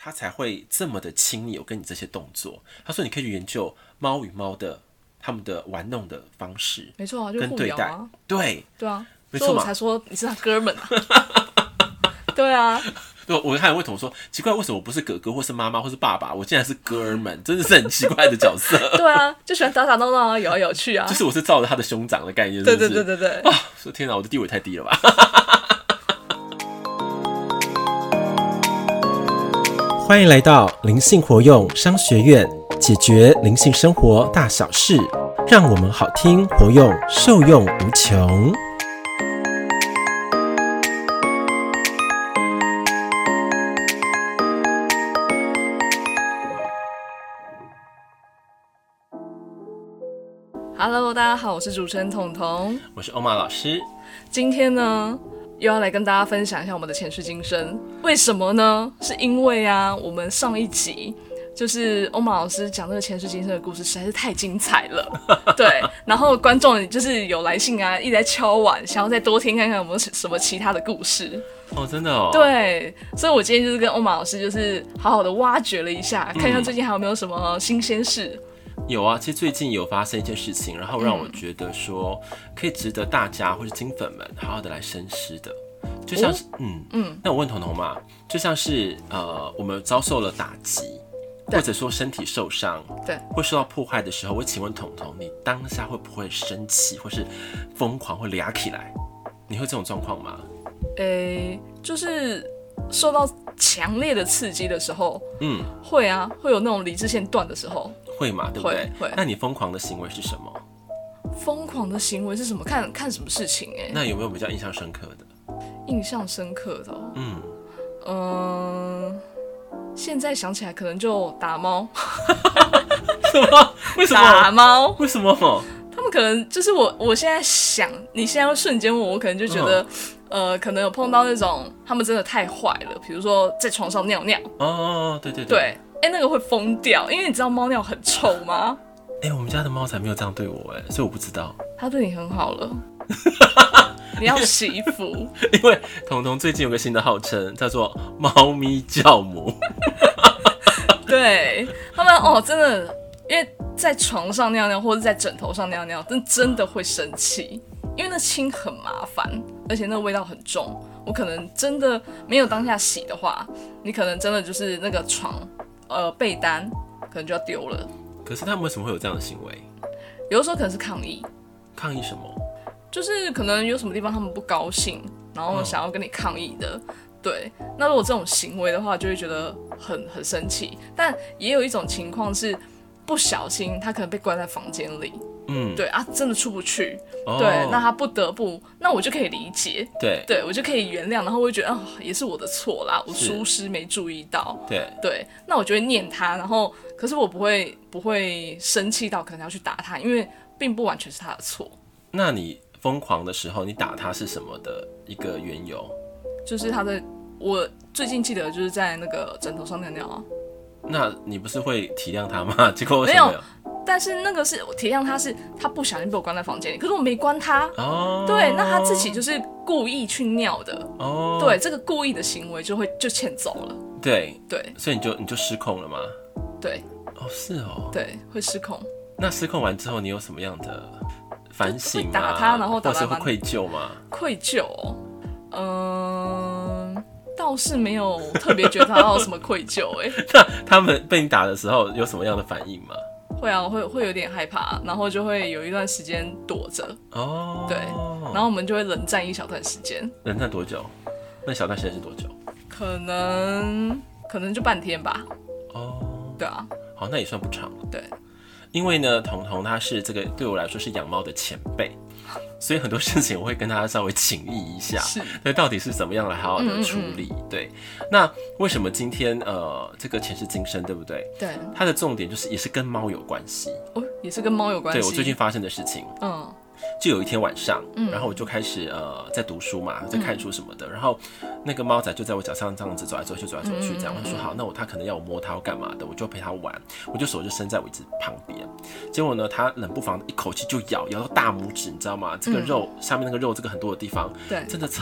他才会这么的亲密，有跟你这些动作。他说你可以去研究猫与猫的他们的玩弄的方式， 没错啊，就互跟对待， 咬啊， 对啊， 没错嘛， 所以我才说你是他哥们啊。对啊， 对，我还有问同说，奇怪为什么我不是哥哥或是妈妈或是爸爸，我竟然是哥们，真的是很奇怪的角色。 对啊，就喜欢打打闹闹啊，咬来咬去啊， 就是我是照着他的兄长的概念，是不是？ 对啊！说天哪，我的地位太低了吧！欢迎来到灵性活用商学院，解决灵性生活大小事，让我们好听活用，受用无穷。 Hello， 大家好，我是主持人彤彤， 我是欧玛老师。 今天呢，又要来跟大家分享一下我们的前世今生。为什么呢？是因为啊，我们上一集就是欧玛老师讲这个前世今生的故事实在是太精彩了，对。然后观众就是有来信啊，一直在敲碗，想要再多听看看有没有什么其他的故事。 哦，真的哦。 对，所以我今天就是跟欧玛老师就是好好的挖掘了一下，看看最近还有没有什么新鲜事。 有啊，其实最近有发生一件事情，然后让我觉得说可以值得大家或是金粉们好好的来深思的，就像是那我问彤彤嘛，就像是我们遭受了打击，或者说身体受伤， 对， 会受到破坏的时候，我请问彤彤，你当下会不会生气，或是疯狂，会俩起来？你会这种状况吗？ 就是受到强烈的刺激的时候，会啊，会有那种理智线断的时候。 会嘛，对不对？ 会。 那你疯狂的行为是什么？ 疯狂的行为是什么？看什么事情那有没有比较印象深刻的？ 印象深刻的现在想起来可能就打猫。 什么？为什么？ 打猫？ 为什么？ 他们可能就是我现在想，你现在瞬间问我，可能就觉得，可能有碰到那种他们真的太坏了，比如说在床上尿尿。 哦，对。 对。那个会疯掉，因为你知道猫尿很臭吗？ 我们家的猫才没有这样对我所以我不知道。 它对你很好了，你要惜福。 因为彤彤最近有个新的号称，叫做猫咪教母。 对，他们真的，因为在床上尿尿或者在枕头上尿尿，真的会生气，因为那清很麻烦，而且那个味道很重。我可能真的没有当下洗的话，你可能真的就是那个床。被单可能就要丢了。 可是他们为什么会有这样的行为？ 有的时候可能是抗议。 抗议什么？ 就是可能有什么地方他们不高兴，然后想要跟你抗议的。对，那如果这种行为的话，就会觉得很生气。但也有一种情况是不小心，他可能被关在房间里。对啊，真的出不去。对，那他不得不，那我就可以理解。对，我就可以原谅，然后我会觉得也是我的错啦，我疏失没注意到。对，那我就会念他，然后可是我不会生气到可能要去打他，因为并不完全是他的错。 那你疯狂的时候，你打他是什么的一个缘由？ 就是我最近记得就是在那个枕头上尿尿啊。 那你不是会体谅他吗？结果为什么没有？ 但是那个是我体谅他，是他不小心被我关在房间里，可是我没关他。对，那他自己就是故意去尿的。对，这个故意的行为就欠走了。对， 所以你就失控了吗？ 对。 是哦。 对，会失控。 那失控完之后，你有什么样的反省吗？ 打他，然后或是会愧疚吗？ 愧疚倒是没有特别觉得他有什么愧疚那他们被你打的时候有什么样的反应吗？ 会啊，会有点害怕，然后就会有一段时间躲着。对，然后我们就会冷战一小段时间。 冷战多久？那小段时间是多久？ 可能就半天吧。对啊。 好，那也算不长。 对。 因为呢，彤彤他是这个对我来说是养猫的前辈，所以很多事情我会跟他稍微请益一下，对，到底是怎么样来好好的处理。对，那为什么今天这个前世今生，对不对？ 对， 它的重点就是也是跟猫有关系。 也是跟猫有关系。 对，我最近发生的事情。就有一天晚上，然后我就开始在读书嘛，在看书什么的，然后那个猫仔就在我脚上这样子走来走去，这样。我就说好，那它可能要我摸它，要干嘛的，我就陪它玩，我就手就伸在我椅子旁边。结果呢，它冷不防一口气就咬到大拇指，你知道吗？这个肉下面那个肉，这个很多的地方， 对， 真的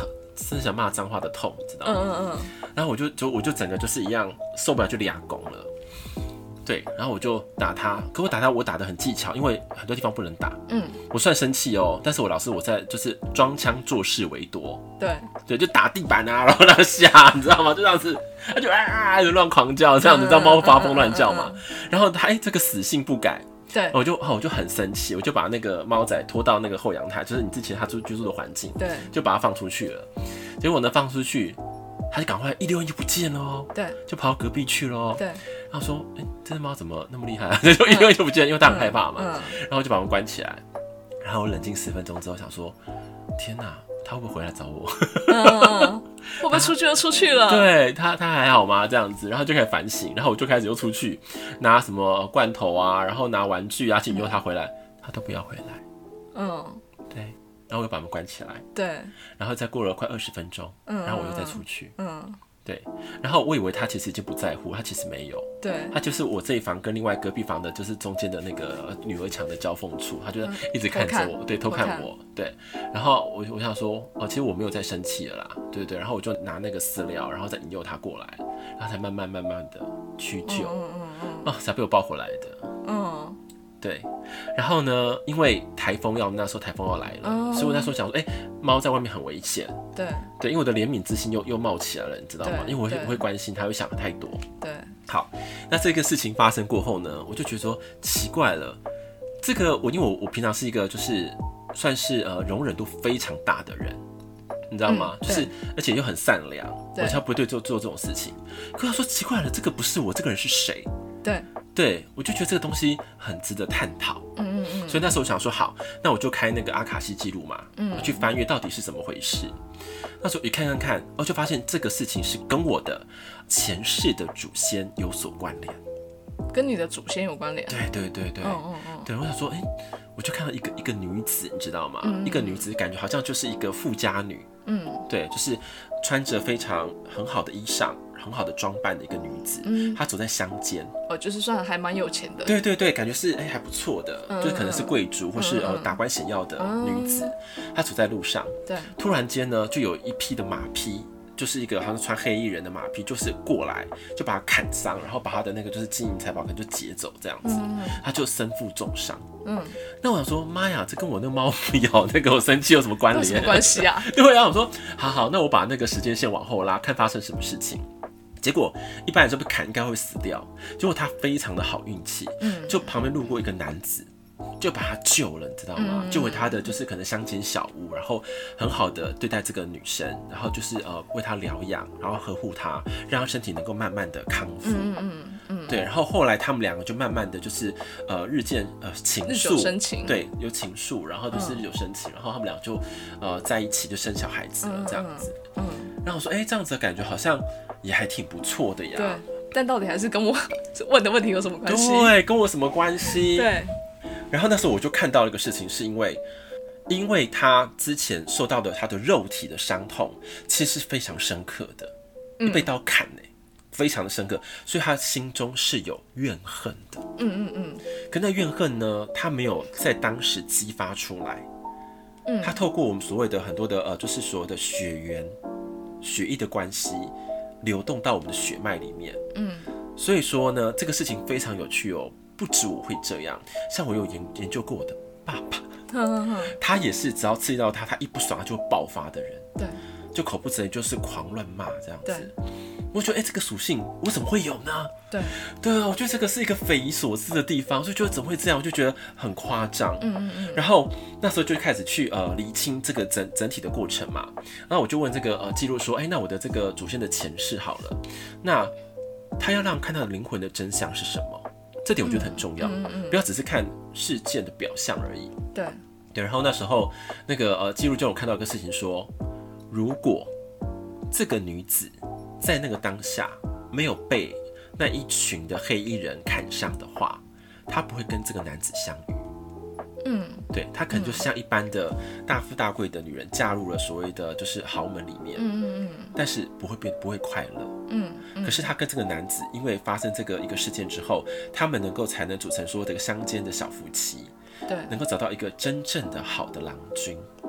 甚至想骂脏话的痛，你知道吗？然后我就整个就是一样受不了，就俩拱了。对，然后我就打他，可我打得很技巧，因为很多地方不能打。我虽然生气哦，但是我在就是装腔作势为多。对，就打地板啊，然后让他吓，你知道吗？就这样子，他就乱狂叫，这样子，你知道猫发疯乱叫嘛？然后他这个死性不改。 对， 我就很生气，我就把那个猫仔拖到那个后阳台，就是你之前他居住的环境， 对， 就把它放出去了。结果呢，放出去，他就赶快一溜烟就不见了哦， 对， 就跑到隔壁去了哦， 对。 然后说，这只猫怎么那么厉害啊？就一溜烟就不见了，因为它很害怕嘛。然后就把门关起来，然后我冷静10分钟之后想说，天哪，他会不会回来找我？ 会不会出去就出去了？ 对他还好吗？这样子，然后就开始反省，然后我就开始又出去拿什么罐头啊，然后拿玩具啊，请求他回来，他都不要回来。对，然后我又把门关起来。 对， 然后再过了快20分钟，然后我又再出去。对，然后我以为他其实已经不在乎，他其实没有。 对， 他就是我这一房跟另外隔壁房的，就是中间的那个女儿墙的交缝处，他就一直看着我，对，偷看我，对。然后我想说，其实我没有在生气了啦，对对。然后我就拿那个饲料，然后再引诱他过来，然后才慢慢的屈就，才被我抱回来的。对，然后呢，因为那时候台风要来了，所以我那时候想说，猫在外面很危险。对，因为我的怜悯之心又冒起来了，你知道吗？因为我会关心它，会想的太多。对，好，那这个事情发生过后呢，我就觉得说奇怪了，这个因为我平常是一个就是算是容忍度非常大的人。你知道吗？就是而且又很善良，而且他不会做这种事情。可他说奇怪了，这个不是我，这个人是谁？对，我就觉得这个东西很值得探讨。所以那时候我想说，好，那我就开那个阿卡西记录嘛，我去翻阅到底是怎么回事。那时候一看，我就发现这个事情是跟我的前世的祖先有所关联。 跟你的祖先有关联？ 对。对，我想说，我就看到一个女子，你知道吗？一个女子感觉好像就是一个富家女。对，就是穿着很好的衣裳。很好的装扮的一个女子，她走在乡间， 就是算还蛮有钱的， 对，感觉是还不错的，就是可能是贵族或是达官显要的女子，她走在路上，对，突然间呢，就有一匹的马匹，就是一个好像穿黑衣人的马匹，就是过来就把她砍伤，然后把她的那个就是金银财宝可能就劫走这样子，她就身负重伤。那我想说，妈呀，这跟我那个猫咬那个我生气有什么关联？ 有什么关系啊？ 对啊，我说好，那我把那个时间线往后拉，看发生什么事情。结果一般来说被砍应该会死掉，结果他非常的好运气，就旁边路过一个男子，就把他救了，你知道吗？救回他的就是可能乡间小屋，然后很好的对待这个女生，然后就是为她疗养，然后呵护她，让她身体能够慢慢的康复。对，然后后来他们两个就慢慢的就是日渐情愫， 日久生情， 对，有情愫，然后就是日久生情，然后他们俩就在一起就生小孩子了这样子。然后我说，这样子的感觉好像也还挺不错的呀。 对，但到底还是跟我问的问题有什么关系？ 对，跟我什么关系？ 对。 然后那时候我就看到了一个事情，是因为他之前受到的他的肉体的伤痛，其实是非常深刻的，被刀砍非常的深刻，所以他心中是有怨恨的。可那怨恨呢，他没有在当时激发出来。他透过我们所谓的很多的就是所谓的血缘、血液的关系流动到我们的血脉里面。所以说呢，这个事情非常有趣哦。不止我会这样，像我有研究过我的爸爸，他也是只要刺激到他一不爽他就会爆发的人。对，就口不择言，就是狂乱骂这样子。我觉得这个属性我怎么会有呢？对啊，我觉得这个是一个匪夷所思的地方，所以觉得怎么会这样，我就觉得很夸张。然后那时候就开始去厘清这个整体的过程嘛。那我就问这个记录说，那我的这个祖先的前世好了，那他要让看到的灵魂的真相是什么？这点我觉得很重要，不要只是看事件的表象而已。对，然后那时候那个记录就有看到一个事情说，如果这个女子在那个当下没有被那一群的黑衣人砍伤的话，她不会跟这个男子相遇。对，她可能就是像一般的大富大贵的女人，嫁入了所谓的就是豪门里面，但是不会快乐。可是她跟这个男子，因为发生这个一个事件之后，他们才能组成说这个乡间的小夫妻，对，能够找到一个真正的好的郎君。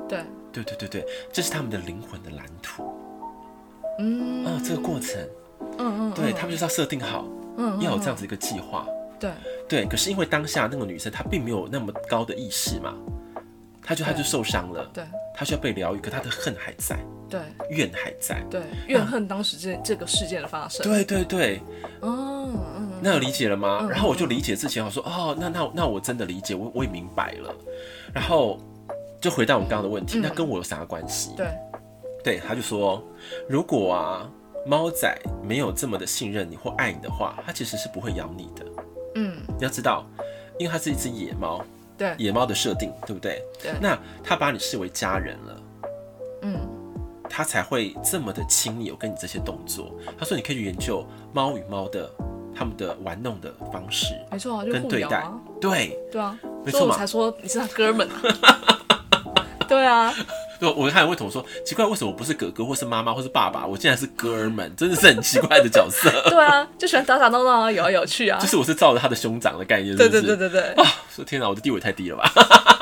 对， 这是他们的灵魂的蓝图。这个过程，对他们就是要设定好，要有这样子一个计划。对，可是因为当下那个女生她并没有那么高的意识嘛，她就受伤了， 对， 她需要被疗愈，可她的恨还在， 对， 怨还在， 对，怨恨当时这个事件的发生。 对，那有理解了吗？然后我就理解之前我说那我真的理解，我也明白了。然后就回到我们刚刚的问题，那跟我有啥关系？对，他就说，如果猫仔没有这么的信任你或爱你的话，它其实是不会咬你的。你要知道，因为它是一只野猫， 对， 野猫的设定，对不对？ 对， 那它把你视为家人了，它才会这么的亲密，有跟你这些动作。他说，你可以去研究猫与猫的他们的玩弄的方式， 没错啊，就跟对待，对啊， 没错嘛， 所以我才说你是他哥们啊。对啊。 我还有问同说，奇怪，为什么我不是哥哥，或是妈妈，或是爸爸，我竟然是哥们，真的是很奇怪的角色。 对啊，就喜欢打打闹闹啊，摇来摇去啊。 就是我是照着他的兄长的概念，是不是？ 对。 说天哪，我的地位太低了吧？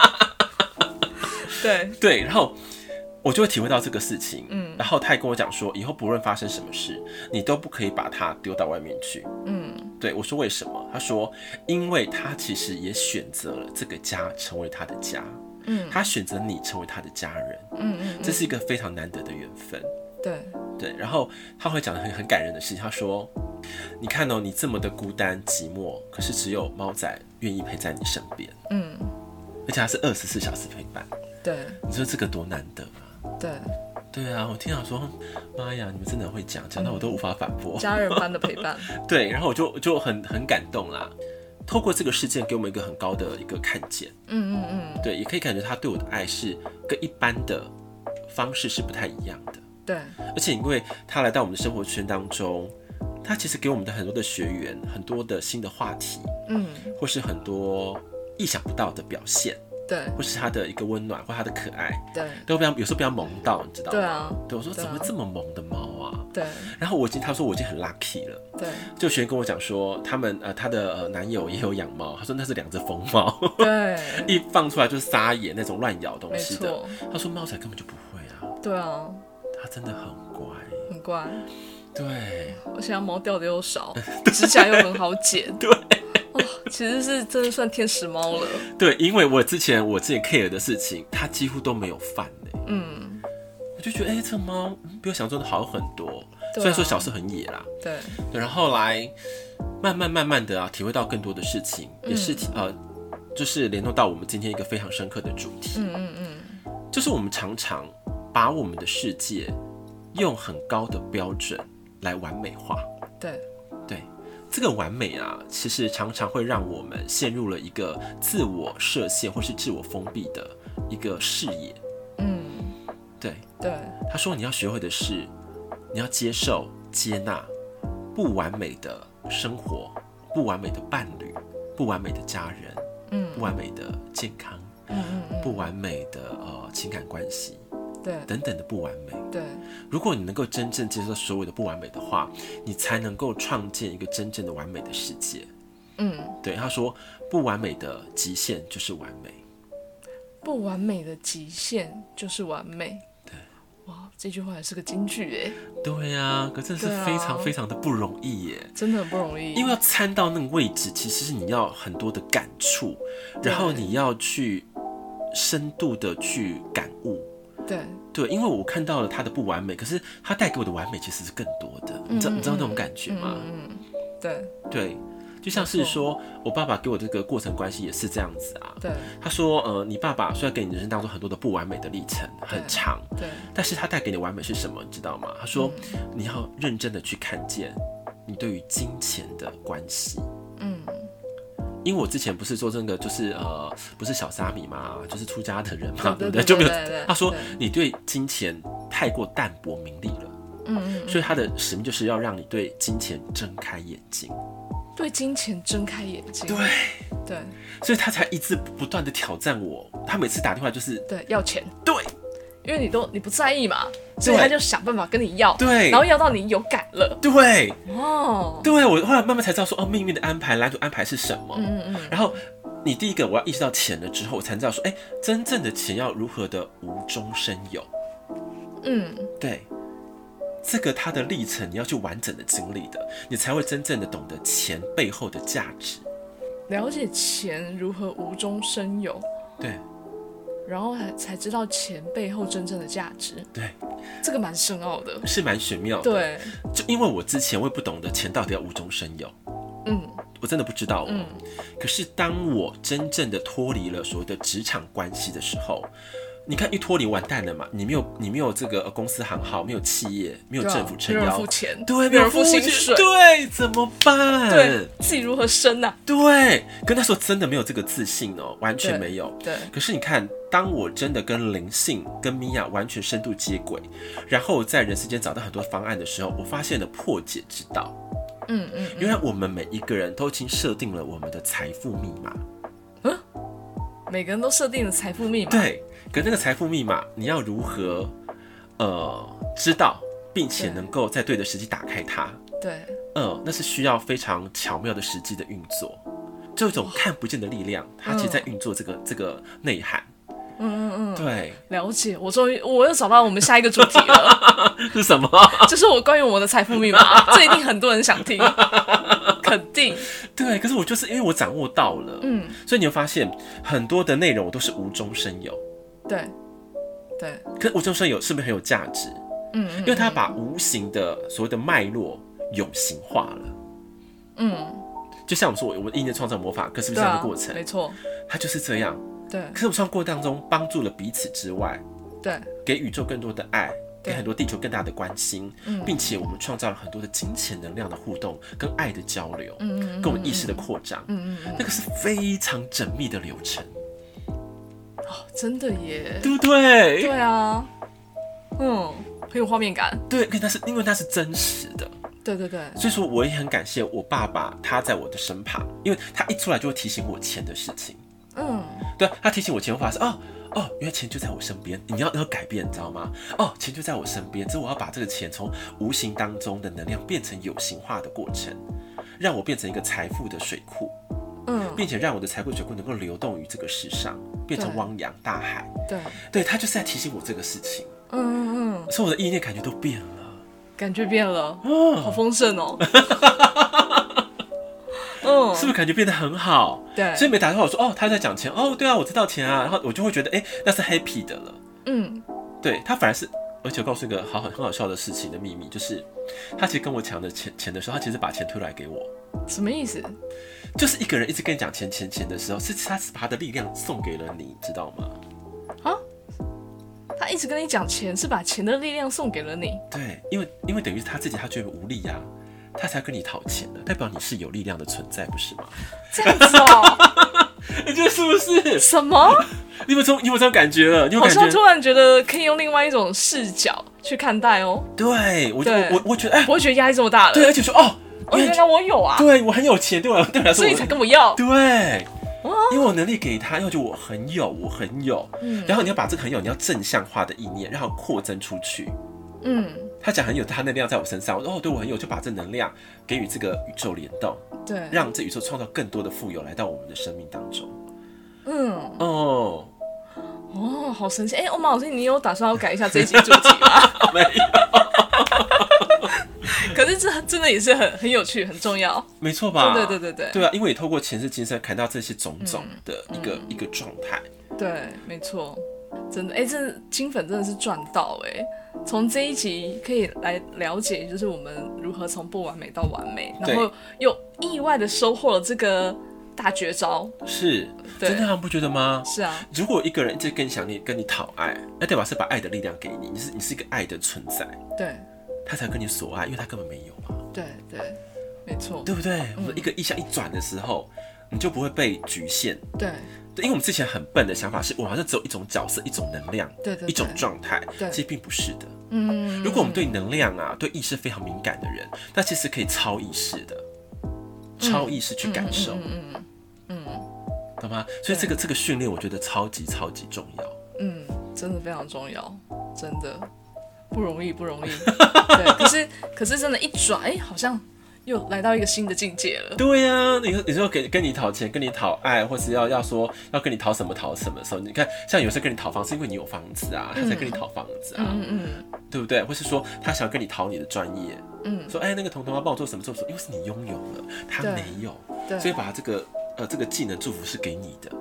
对， 然后我就会体会到这个事情。然后他也跟我讲说，以后不论发生什么事，你都不可以把他丢到外面去。对，我说为什么？他说，因为他其实也选择了这个家成为他的家。他选择你成为他的家人，这是一个非常难得的缘分。对，然后他会讲很感人的事情，他说：“你看你这么的孤单寂寞，可是只有猫仔愿意陪在你身边，而且他是24小时陪伴。 对， 你说这个多难得啊！对啊，我听到说，妈呀，你们真的会讲到我都无法反驳， 家人般的陪伴。 对，然后我就很感动啦。”透过这个事件给我们一个很高的一个看见，对，也可以感觉他对我的爱是跟一般的方式是不太一样的， 对， 而且因为他来到我们的生活圈当中，他其实给我们的很多的学员，很多的新的话题，或是很多意想不到的表现， 对， 或是他的一个温暖或他的可爱， 对， 都有时候被他萌到，你知道吗？ 对啊， 对，我说怎么会这么萌的猫啊？ 对， 然后他说我已经很 lucky 了， 对， 就学员跟我讲说，他的男友也有养猫，他说那是2只疯猫， 对， 一放出来就是撒野那种乱咬东西的， 没错， 他说猫仔根本就不会啊， 对啊， 他真的很乖， 很乖， 对， 而且猫掉的又少，指甲又很好剪， 对。 其实是真的算天使猫了。对， 因为我之前 care 的事情，它几乎都没有犯嘞。我就觉得，这猫比我想象中的好很多。虽然说小时候很野啦， 对， 然后后来慢慢的体会到更多的事情，也是就是联动到我们今天一个非常深刻的主题。就是我们常常把我们的世界用很高的标准来完美化。对。这个完美其实常常会让我们陷入了一个自我设限或是自我封闭的一个视野。对。他说你要学会的是，你要接受、接纳不完美的生活、不完美的伴侣、不完美的家人、不完美的健康、不完美的情感关系。对，等等的不完美。对，如果你能够真正接受所有的不完美的话，你才能够创建一个真正的完美的世界。对，他说不完美的极限就是完美， 不完美的极限就是完美。对，哇，这句话也是个金句耶。 对啊，可真的是非常非常的不容易耶， 真的很不容易。 因为要参到那个位置，其实是你要很多的感触，然后你要去深度的去感悟。对，因为我看到了他的不完美，可是他带给我的完美其实是更多的。你知道那种感觉吗？对，就像是说我爸爸给我这个过程关系也是这样子啊。对，他说你爸爸虽然给你人生当中很多的不完美的历程很长，对，但是他带给你的完美是什么？你知道吗？他说你要认真的去看见你对于金钱的关系。因为我之前不是说这个就是不是小沙弥嘛，就是出家的人嘛，对不对？就没有。他说你对金钱太过淡泊名利了，所以他的使命就是要让你对金钱睁开眼睛， 对金钱睁开眼睛。对， 所以他才一直不断的挑战我。他每次打电话就是要钱， 对， 因为你不在意嘛，所以他就想办法跟你要， 对， 然后要到你有感了， 对，对，我后来慢慢才知道说命运的安排、蓝图安排是什么。然后你第一个我要意识到钱了之后，我才知道说，真正的钱要如何的无中生有。对，这个它的历程你要去完整的经历的，你才会真正的懂得钱背后的价值， 了解钱如何无中生有。 对， 然后才知道钱背后真正的价值。 对， 这个蛮深奥的， 是蛮玄妙的。 对， 就因为我之前我也不懂得钱到底要无中生有，我真的不知道可是当我真正的脱离了所谓的职场关系的时候，你看一脱离完蛋了嘛，你没有这个公司行号，没有企业，没有政府撑腰， 没有人付钱， 对， 没有人付薪水， 对，怎么办？ 对，自己如何生啊？ 对，可那时候真的没有这个自信完全没有。 对， 可是你看，当我真的跟灵性、跟米娅完全深度接轨，然后在人世间找到很多方案的时候，我发现了破解之道。原来我们每一个人都已经设定了我们的财富密码。 每个人都设定了财富密码。 对，可那个财富密码，你要如何知道，并且能够在对的时机打开它？ 对， 那是需要非常巧妙的实际的运作，就一种看不见的力量，它其实在运作这个内涵。对， 了解。我又找到我们下一个主题了。 是什么？ 就是关于我的财富密码，这一定很多人想听，肯定。 对，可是我就是因为我掌握到了，所以你会发现很多的内容我都是无中生有。 对， 可是无中生有是不是很有价值？因为它把无形的所谓的脉络有形化了。就像我们说，我意念创造魔法，可是不是这样的过程？ 没错， 它就是这样。 对， 可是我们创造过程当中，帮助了彼此之外， 对， 给宇宙更多的爱，给很多地球更大的关心，并且我们创造了很多的金钱能量的互动，跟爱的交流，跟我们意识的扩张，那个是非常缜密的流程。 真的耶， 对不对？ 对啊，很有画面感。 对，因为它是真实的。 对， 所以说我也很感谢我爸爸，他在我的身旁，因为他一出来就会提醒我钱的事情。对，他提醒我钱，我发现原来钱就在我身边，你要改变，你知道吗？钱就在我身边，这我要把这个钱从无形当中的能量变成有形化的过程，让我变成一个财富的水库，并且让我的财富水库能够流动于这个世上，变成汪洋大海。对，他就是在提醒我这个事情。所以我的意念感觉都变了， 感觉变了，好丰盛哦。 是不是感觉变得很好？ 对， 所以每打电话我说他在讲钱，对啊，我知道钱啊，然后我就会觉得那是 happy 的了。对，他反而是，而且我告诉一个很好笑的事情的秘密，就是他其实跟我抢的钱的时候，他其实把钱推来给我。 什么意思？ 就是一个人一直跟你讲钱的时候，他是把他的力量送给了你，知道吗？ 他一直跟你讲钱，是把钱的力量送给了你。 对，因为等于他自己他觉得无力啊。他才跟你讨钱的，代表你是有力量的存在，不是吗？ 这样子哦， 你觉得是不是？ 什么？ 你有没有这种感觉了？ 好像突然觉得可以用另外一种视角去看待哦。 对，我觉得不会觉得压力这么大了。 对，而且说原来我有啊， 对我很有钱，对我来说， 所以才跟我要。 对，因为我能力给他，因为我很有，然后你要把这个很有，你要正向化的意念，让它扩增出去。他讲很有，他能量在我身上，对我很有，就把这能量给予这个宇宙联动， 对， 让这宇宙创造更多的富有来到我们的生命当中。 好神奇！欧玛老师，你有打算要改一下这一集主题吗？ 没有。 可是这真的也是很有趣，很重要， 没错吧？ 对啊，因为你透过前世今生看到这些种种的一个状态。 对，没错，真的，这金粉真的是赚到从这一集可以来了解，就是我们如何从不完美到完美，然后又意外的收获了这个大绝招。 是，真的不觉得吗？ 是啊。 如果一个人一直跟你讨爱，那代表是把爱的力量给你，你是一个爱的存在。对。他才跟你索爱，因为他根本没有嘛。 对，没错。对不对？我们一个意象一转的时候，你就不会被局限。 对， 因为我们之前很笨的想法是，我好像只有一种角色、一种能量、一种状态，其实并不是的。如果我们对能量啊、对意识非常敏感的人，那其实可以超意识的，超意识去感受，懂吗？所以这个训练，我觉得超级重要。 真的非常重要，真的不容易。对，可是真的，一转，好像又来到一个新的境界了。 对呀、你说跟你讨钱，跟你讨爱，或是要说要跟你讨什么的时候，你看像有时候跟你讨房是因为你有房子啊，他才跟你讨房子啊，对不对？或是说他想要跟你讨你的专业，说那个彤彤要帮我做什么，因为是你拥有了，他没有，所以把这个技能祝福是给你的。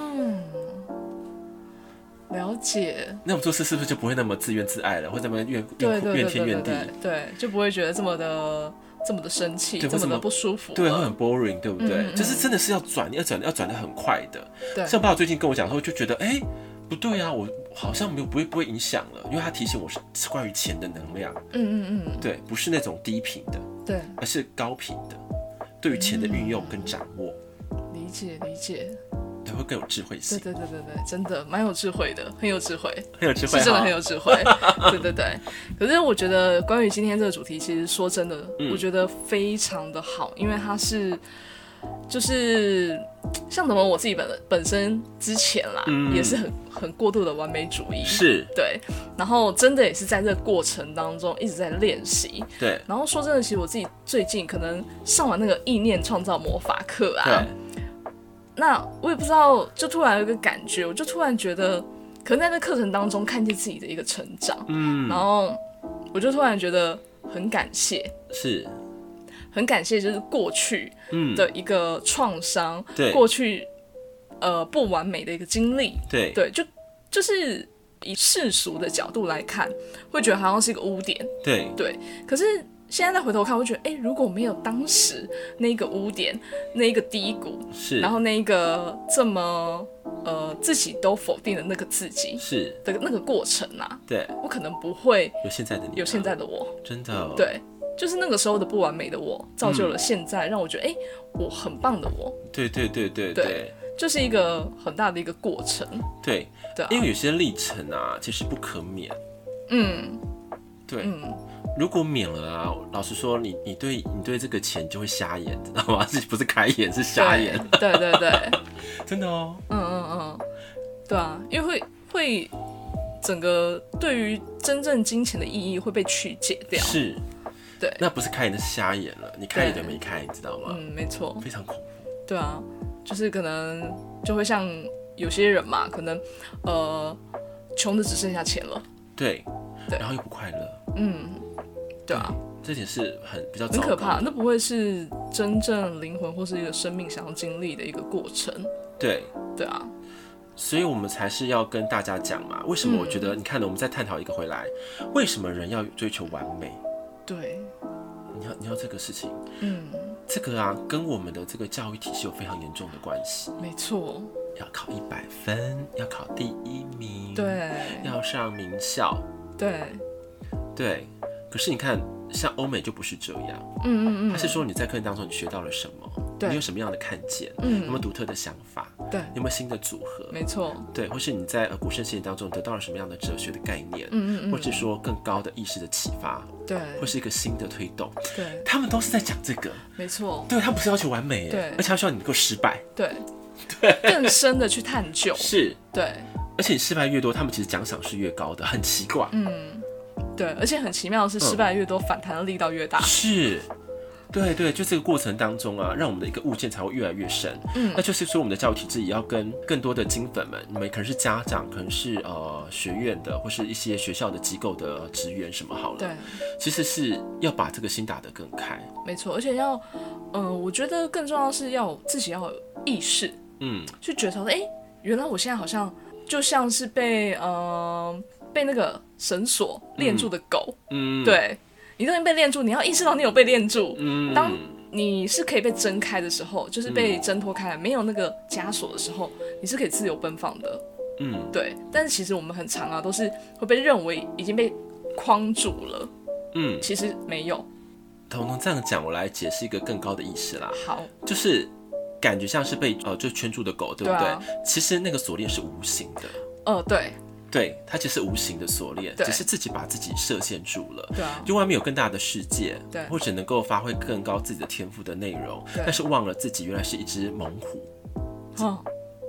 了解。 那我们做事是不是就不会那么自怨自艾了，或者那么怨天怨地？ 对，就不会觉得这么的生气，这么的不舒服。 对，会很 boring， 对不对？就是真的是要转得很快的。对，像爸爸最近跟我讲的时候，就觉得不对啊，我好像不会影响了，因为他提醒我是关于钱的能量。对，不是那种低频的，对，而是高频的，对于钱的运用跟掌握。 理解。 对，会更有智慧性。 对，真的蛮有智慧的，很有智慧， 是真的很有智慧。对。可是我觉得关于今天这个主题，其实说真的，我觉得非常的好，因为它是就是像怎么我自己本身之前啦，也是很过度的完美主义， 是对， 然后真的也是在这个过程当中一直在练习。对，然后说真的，其实我自己最近可能上完那个意念创造魔法课啊。对。那我也不知道，就突然有一个感觉，我就突然觉得，可能在这课程当中看见自己的一个成长，然后我就突然觉得很感谢，很感谢，就是过去的一个创伤，过去不完美的一个经历，对，就是以世俗的角度来看，会觉得好像是一个污点，对，可是。现在再回头看，我觉得，如果没有当时那个污点、那个低谷，然后那个这么自己都否定的那个自己，的那个过程啊，对，我可能不会有现在的你， 有现在的我， 真的， 对，就是那个时候的不完美的我，造就了现在，让我觉得，我很棒的我，对，就是一个很大的一个过程，对， 因为有些历程啊，其实不可免，对。如果免了啊，老实说，你对这个钱就会瞎眼，知道吗？不是开眼，是瞎眼。 对， 真的哦。 对啊，因为会整个对于真正金钱的意义会被曲解掉。是，对， 那不是开眼，那是瞎眼了。你开眼就没开，你知道吗？ 没错， 非常恐怖。 对啊，就是可能就会像有些人嘛，可能穷的只剩下钱了。 对，然后又不快乐。 对啊， 这点是比较糟糕的， 很可怕。那不会是真正灵魂或是一个生命想要经历的一个过程。对啊， 所以我们才是要跟大家讲嘛。为什么我觉得你看呢？我们再探讨一个回来，为什么人要追求完美？对，你要这个事情，这个啊，跟我们的这个教育体系有非常严重的关系。 没错， 要考100分，要考第1名， 对，要上名校，对。可是你看，像欧美就不是这样，他是说你在课程当中你学到了什么，你有什么样的看见，有没有独特的想法，对，有没有新的组合， 没错， 对，或是你在古圣先贤当中得到了什么样的哲学的概念，或者说更高的意识的启发，对，或是一个新的推动，对，他们都是在讲这个， 没错， 对，他们不是要求完美，对，而且他希望你能够失败， 对，更深的去探究，是，对， 而且你失败越多，他们其实奖赏是越高的，很奇怪， 对，而且很奇妙的是，失败越多，反弹的力道越大。是， 对，就这个过程当中啊，让我们的一个物件才会越来越深。那就是说，我们的教育体制也要跟更多的金粉们，你们可能是家长，可能是学院的，或是一些学校的机构的职员什么好了。对，其实是要把这个心打得更开。没错，而且要，我觉得更重要的是自己要有意识，去觉察说，原来我现在好像就像是被那个绳索链住的狗，对，你都已经被链住，你要意识到你有被链住。当你是可以被挣开的时候，就是被挣脱开来，没有那个枷锁的时候，你是可以自由奔放的。对。但是其实我们很常啊，都是会被认为已经被框住了。其实没有。 彤彤这样讲，我来解释一个更高的意识啦。 好， 就是感觉像是被就圈住的狗，对不对？其实那个锁链是无形的。 对。 对，它只是无形的锁链，只是自己把自己设限住了。 对啊， 就外面有更大的世界，对，或者能够发挥更高自己的天赋的内容，但是忘了自己原来是一只猛虎。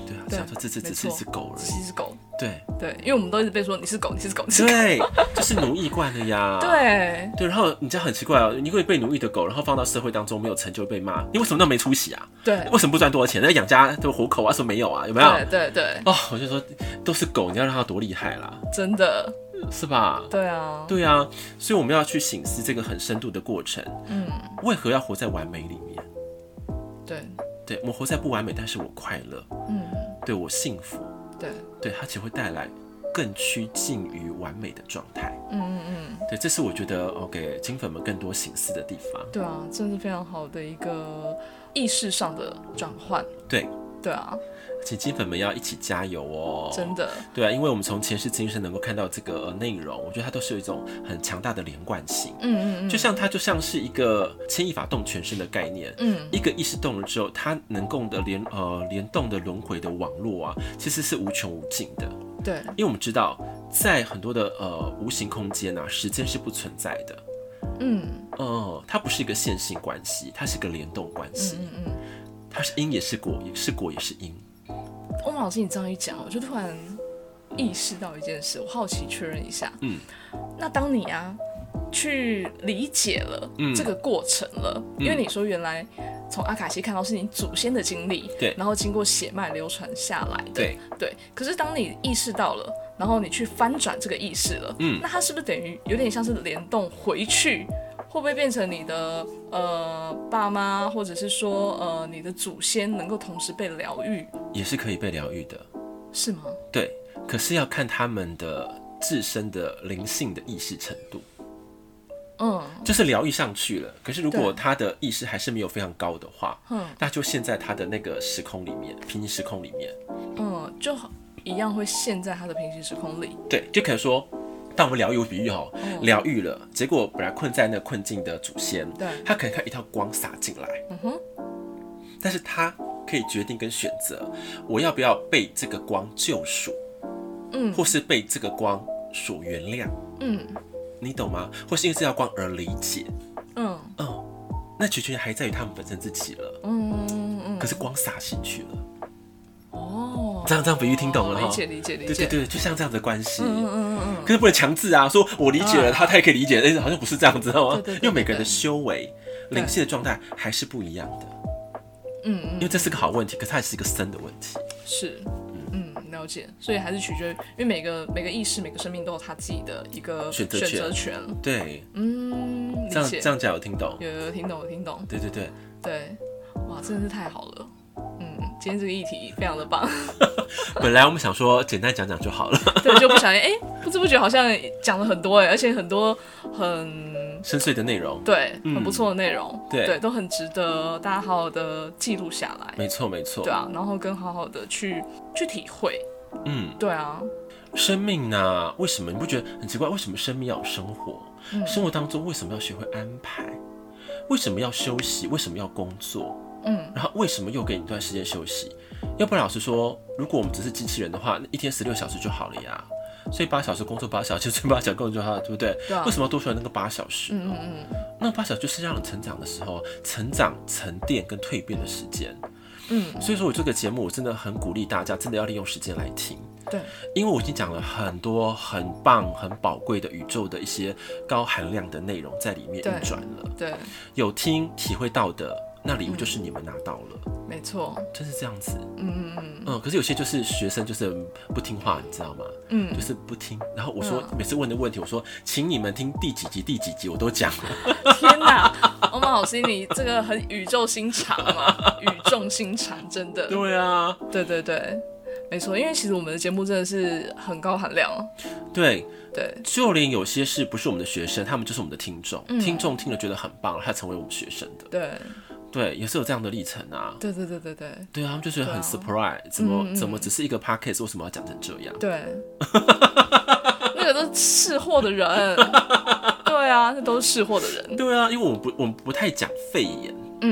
对啊，想说这只是一只狗而已， 只是一只狗。 对对，因为我们都一直被说你是狗，你是狗，你是狗。 对，就是奴役惯了呀。 对对，然后你这样很奇怪哦，你会被奴役的狗，然后放到社会当中没有成就被骂，你为什么那么没出息啊？ 对， 为什么不赚多少钱？那养家的活口啊，说没有啊？有没有？ 对。 哦，我就说都是狗，你要让它多厉害啦， 真的。 是吧？ 对啊， 对啊，所以我们要去省思这个很深度的过程。为何要活在完美里面？对，我活在不完美，但是我快乐。对我幸福。对，它只会带来更趋近于完美的状态。对，这是我觉得给金粉们更多省思的地方。 对啊，真是非常好的一个意识上的转换。对啊。 请金粉们要一起加油哦！ 真的， 对啊，因为我们从前世今生能够看到这个内容，我觉得它都是有一种很强大的连贯性。就像是一个牵一发动全身的概念。一个意识动了之后，它能够的联动的轮回的网络啊，其实是无穷无尽的。 对， 因为我们知道，在很多的无形空间啊，时间是不存在的。它不是一个线性关系，它是一个联动关系。它是因也是果，也是果也是因。 欧盟老师，你这样一讲，我就突然意识到一件事，我好奇确认一下。那当你去理解了这个过程了，因为你说原来从阿卡西看到是你祖先的经历， 对， 然后经过血脉流传下来的， 对。 可是当你意识到了，然后你去翻转这个意识了，那它是不是等于有点像是联动回去？会不会变成你的爸妈，或者是说你的祖先能够同时被疗愈？ 也是可以被疗愈的， 是吗？ 对，可是要看他们的自身的灵性的意识程度。就是疗愈上去了，可是如果他的意识还是没有非常高的话，那就陷在他的那个时空里面，平行时空里面。 就一样会陷在他的平行时空里。 对，就可能说。当我们疗愈，我比喻疗愈了，结果本来困在那困境的祖先，他可以看一道光洒进来，但是他可以决定跟选择，我要不要被这个光救赎，或是被这个光所原谅，你懂吗？或是因为这道光而理解，那取决于还在于他们本身自己了，可是光洒进去了。这样比喻听懂了哈？ 理解。 对，就像这样的关系。可是不能强制啊，说我理解了，他也可以理解，好像不是这样子，知道吗？因为每个人的修为、灵性的状态还是不一样的。因为这是个好问题，可是它也是一个深的问题。 是，了解。所以还是取决于，因为每个意识、每个生命都有他自己的一个选择权。 对，这样讲有听懂？ 有听懂。对，哇，真的是太好了。今天这个议题非常的棒。 本来我们想说简单讲讲就好了， 对，就不小心不知不觉好像讲了很多而且很多很深邃的内容， 对，很不错的内容， 对， 都很值得大家好好的记录下来。 没错， 对啊，然后跟好好的去体会。对啊， 生命呢，为什么你不觉得很奇怪？为什么生命要有生活？生活当中为什么要学会安排？为什么要休息？为什么要工作？然后为什么又给你一段时间休息？要不然老实说，如果我们只是机器人的话，一天16小时就好了呀。所以8小时工作8小时，睡8小时工作就好了，对不对？ 对啊。 为什么要多出来那个8小时呢？那8小时就是让人成长的时候，成长、沉淀跟蜕变的时间。所以说我这个节目我真的很鼓励大家，真的要利用时间来听。 对， 因为我已经讲了很多很棒、很宝贵的宇宙的一些高含量的内容在里面运转了。 对， 有听体会到的。那礼物就是你们拿到了，没错， 真是这样子。可是有些就是学生就是不听话，你知道吗？就是不听。然后我说每次问的问题，我说请你们听第几集，我都讲了。 天哪，欧曼老师，你这个很宇宙心肠嘛，语重心长，真的。 对啊， 对，没错，因为其实我们的节目真的是很高含量。 对，就连有些是不是我们的学生，他们就是我们的听众，听众听了觉得很棒，他成为我们学生的。对，也是有这样的历程啊。对啊，他们就觉得很 surprise，怎么只是一个 podcast， 为什么要讲成这样？对， 那个都是识货的人。对啊，那都是识货的人。 对啊，因为我们不太讲肺炎。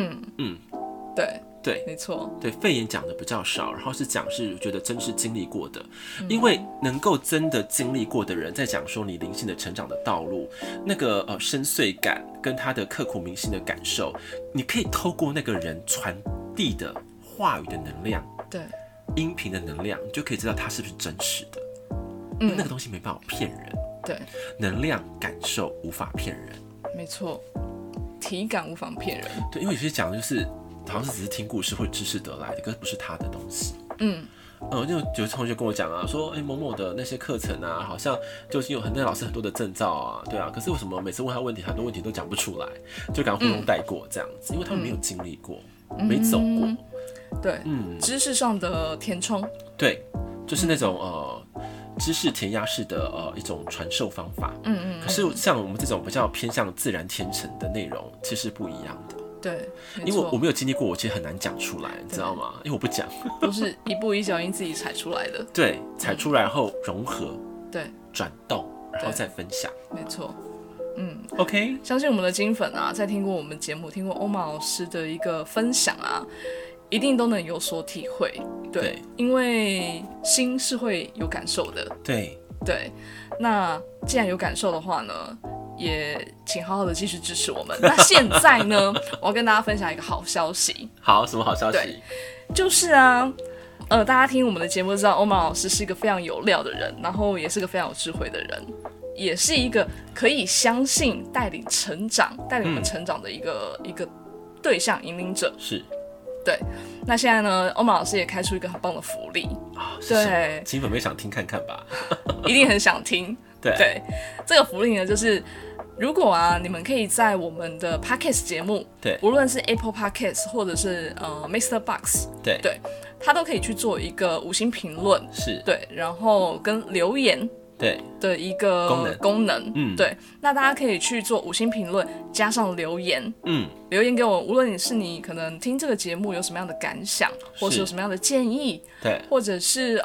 对， 没错， 对，肺炎讲的比较少，然后是讲是觉得真是经历过的，因为能够真的经历过的人，在讲说你灵性的成长的道路，那个深邃感跟他的刻骨铭心的感受，你可以透过那个人传递的话语的能量， 音频的能量，你就可以知道它是不是真实的。因为那个东西没办法骗人。 对， 能量感受无法骗人。 没错，体感无法骗人。 对，因为有些讲的就是好像是只是听故事或知识得来的，可是不是他的东西。就有同学跟我讲啊，说某某的那些课程啊，好像就已经有那老师很多的证照啊，对啊，可是为什么每次问他问题，很多问题都讲不出来，就赶快糊弄带过这样子，因为他们没有经历过，没走过。 对，知识上的填充。 对，就是那种知识填鸭式的一种传授方法。可是像我们这种比较偏向自然天成的内容，其实不一样的。 对， 因为我没有经历过，我其实很难讲出来，你知道吗？因为我不讲， 都是一步一脚印自己踩出来的。 对，踩出来后融合， 对， 转动，然后再分享。 没错。 OK， 相信我们的金粉啊，在听过我们节目、听过欧玛老师的一个分享啊，一定都能有所体会。对，因为心是会有感受的。 对， 那既然有感受的话呢，也请好好的继续支持我们。那现在呢，我要跟大家分享一个好消息。 好，什么好消息？ 对，就是啊，大家听我们的节目知道，欧玛老师是一个非常有料的人，然后也是个非常有智慧的人，也是一个可以相信带领我们成长的一个对象引领者。 是。 对，那现在呢，欧玛老师也开出一个很棒的福利啊！ 对， 金粉们想听看看吧？ 一定很想听。对，这个福利呢，就是如果啊，你们可以在我们的 Podcast 节目， 对， 无论是 Apple Podcast 或者是Mr. Box， 对，它都可以去做一个5星评论， 是对，然后跟留言。对的一个功能，对，那大家可以去做5星评论，加上留言，留言给我，无论你可能听这个节目有什么样的感想，或是有什么样的建议， 对， 或者是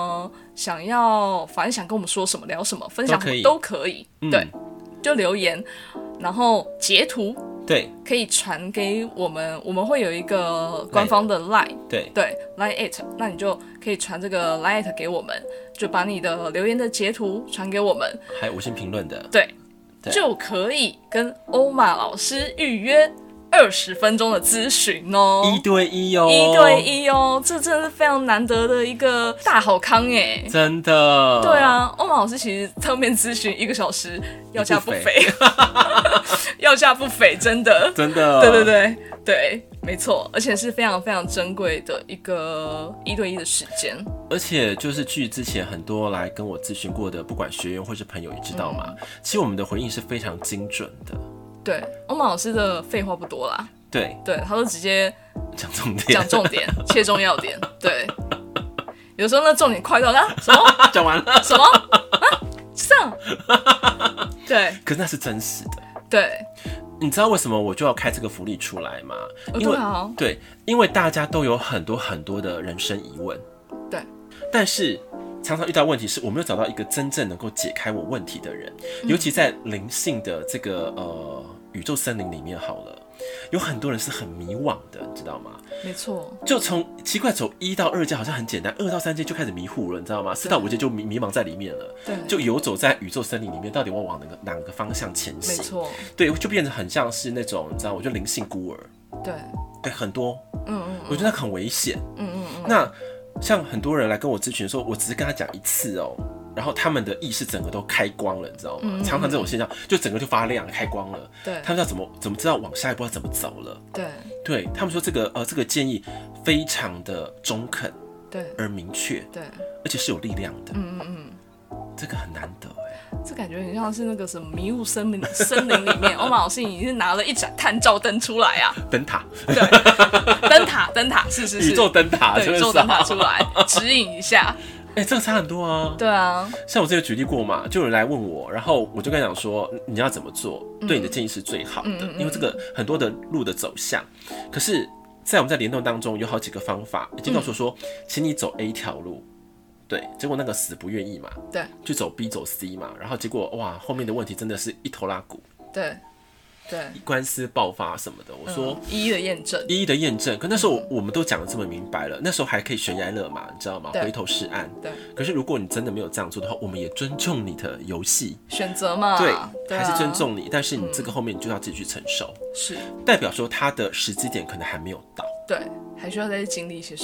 反正想跟我们说什么、聊什么、分享什么都可以，对，就留言，然后截图。 对， 可以传给我们，我们会有一个官方的 Line， 对 Line it， 那你就可以传这个 Line it 给我们，就把你的留言的截图传给我们， 还有5星评论的， 对，就可以跟欧玛老师预约20分钟的咨询哦，1对1哦，1对1哦，这真的是非常难得的一个大好康哎， 真的。对啊，欧玛老师其实特面咨询1个小时，要价不菲，要价不菲，真的，对，没错，而且是非常非常珍贵的一个1对1的时间。 而且就是据之前很多来跟我咨询过的，不管学员或是朋友也知道嘛，其实我们的回应是非常精准的。对， 欧玛老师的废话不多啦。 对， 他都直接讲重点， 切中要点。对，有时候那重点快到什么讲完了什么这样，对， 可是那是真实的。 对， 你知道为什么我就要开这个福利出来吗？因为大家都有很多很多的人生疑问。对，但是常常遇到问题是我没有找到一个真正能够解开我问题的人，尤其在灵性的这个宇宙森林里面好了，有很多人是很迷惘的，你知道吗？ 没错， 就从奇怪走1到2阶好像很简单，2到3阶就开始迷糊了，你知道吗？4到5阶就迷茫在里面了，对，就游走在宇宙森林里面，到底我往哪个方向前行？没错，对，就变得很像是那种你知道，我觉得灵性孤儿，对，很多，我觉得很危险，那像很多人来跟我咨询说，我只是跟他讲1次哦。然后他们的意识整个都开光了，你知道吗？常常这种现象，就整个就发亮开光了。对，他们要怎么知道往下一步要怎么走了？对，他们说这个建议非常的中肯，对，而明确，对，而且是有力量的。这个很难得哎， 这感觉很像是那个什么迷雾森林里面，欧玛老师已经拿了一盏探照灯出来啊， 灯塔， 对，灯塔，是宇宙灯塔， 宇宙灯塔出来指引一下。 这个差很多啊。 对啊， 像我之前举例过嘛，就有人来问我，然后我就跟他讲说，你要怎么做，对你的建议是最好的，因为这个很多的路的走向。可是，在我们在联动当中有好几个方法，已经告诉我说，请你走 A 条路，对，结果那个死不愿意嘛，对，去走 B 走 C 嘛，然后结果哇，后面的问题真的是一头拉骨，对。官司爆发什么的，我说一一的验证，可那时候我们都讲得这么明白了，那时候还可以悬崖勒马，你知道吗？回头是岸。对。可是如果你真的没有这样做的话，我们也尊重你的游戏选择嘛。 对，还是尊重你，但是你这个后面你就要自己去承受。是。代表说他的时机点可能还没有到。 对，还需要再经历一些什么。 对，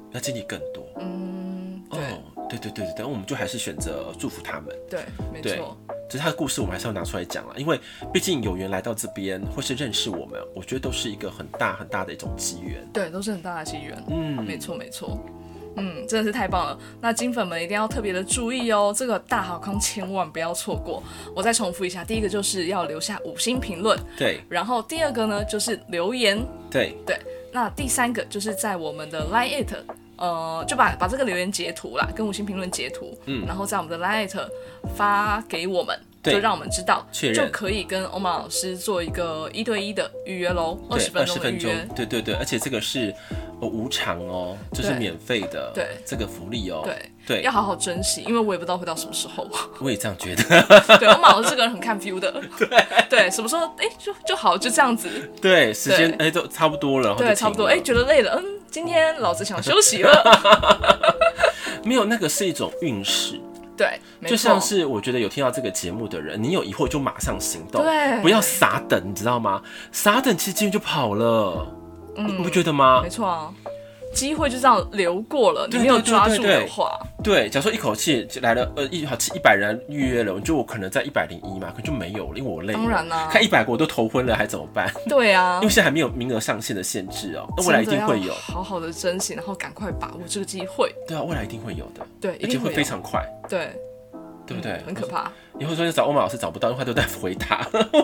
要经历更多。对，我们就还是选择祝福他们。 对，没错。 只是他的故事我们还是要拿出来讲啦，因为毕竟有缘来到这边或是认识我们，我觉得都是一个很大很大的一种机缘。 对，都是很大的机缘。没错。真的是太棒了。那金粉们一定要特别的注意哦，这个大好康千万不要错过。我再重复一下，第一个就是要留下5星评论， 对。 然后第二个呢就是留言， 对。 那第三个就是在我们的 Line it。就把这个留言截图啦，跟5星评论截图，然后在我们的 Line 发给我们，就让我们知道，就可以跟欧玛老师做一个1对1的预约咯，20分钟的预约。 对，而且这个是无偿哦，就是免费的，对，这个福利哦，对， 要好好珍惜，因为我也不知道会到什么时候。 我也这样觉得。 对，欧玛老师这个人很看 feel 的，对，什么时候就好，就这样子。 对，时间都差不多了， 对，差不多，觉得累了，今天老子想休息了。 没有，那个是一种运势。 对， 就像是我觉得有听到这个节目的人，你有疑惑就马上行动， 对， 不要傻等，你知道吗？傻等其实今天就跑了，你不觉得吗？ 没错啊，机会就这样流过了，你没有抓住的话， 对，假如说一口气来了100人预约了，就我可能在101嘛，可就没有了，因为我累了。 当然啦， 看100个我都头昏了，还怎么办？ 对啊， 因为现在还没有名额上限的限制哦，那未来一定会有， 好好的珍惜，然后赶快把握这个机会。 对啊，未来一定会有的， 对， 而且会非常快， 对不对？ 很可怕。 你会说你找欧玛老师找不到，因为他都在回答。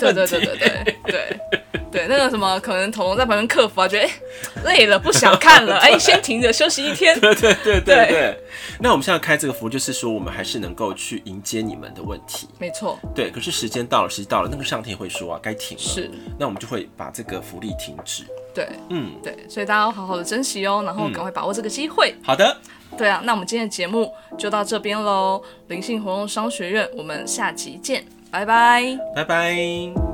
对，那个什么，可能彤彤在旁边克服啊，觉得累了不想看了，先停着休息1天。 对。那我们现在开这个服务，就是说我们还是能够去迎接你们的问题。 没错。 对，可是时间到了，那个上天会说啊，该停了。 是。 那我们就会把这个福利停止。 对，对，所以大家要好好的珍惜哦，然后赶快把握这个机会。 好的。 对啊，那我们今天的节目就到这边喽，灵性活动商学院，我们下集见，拜拜。 拜拜。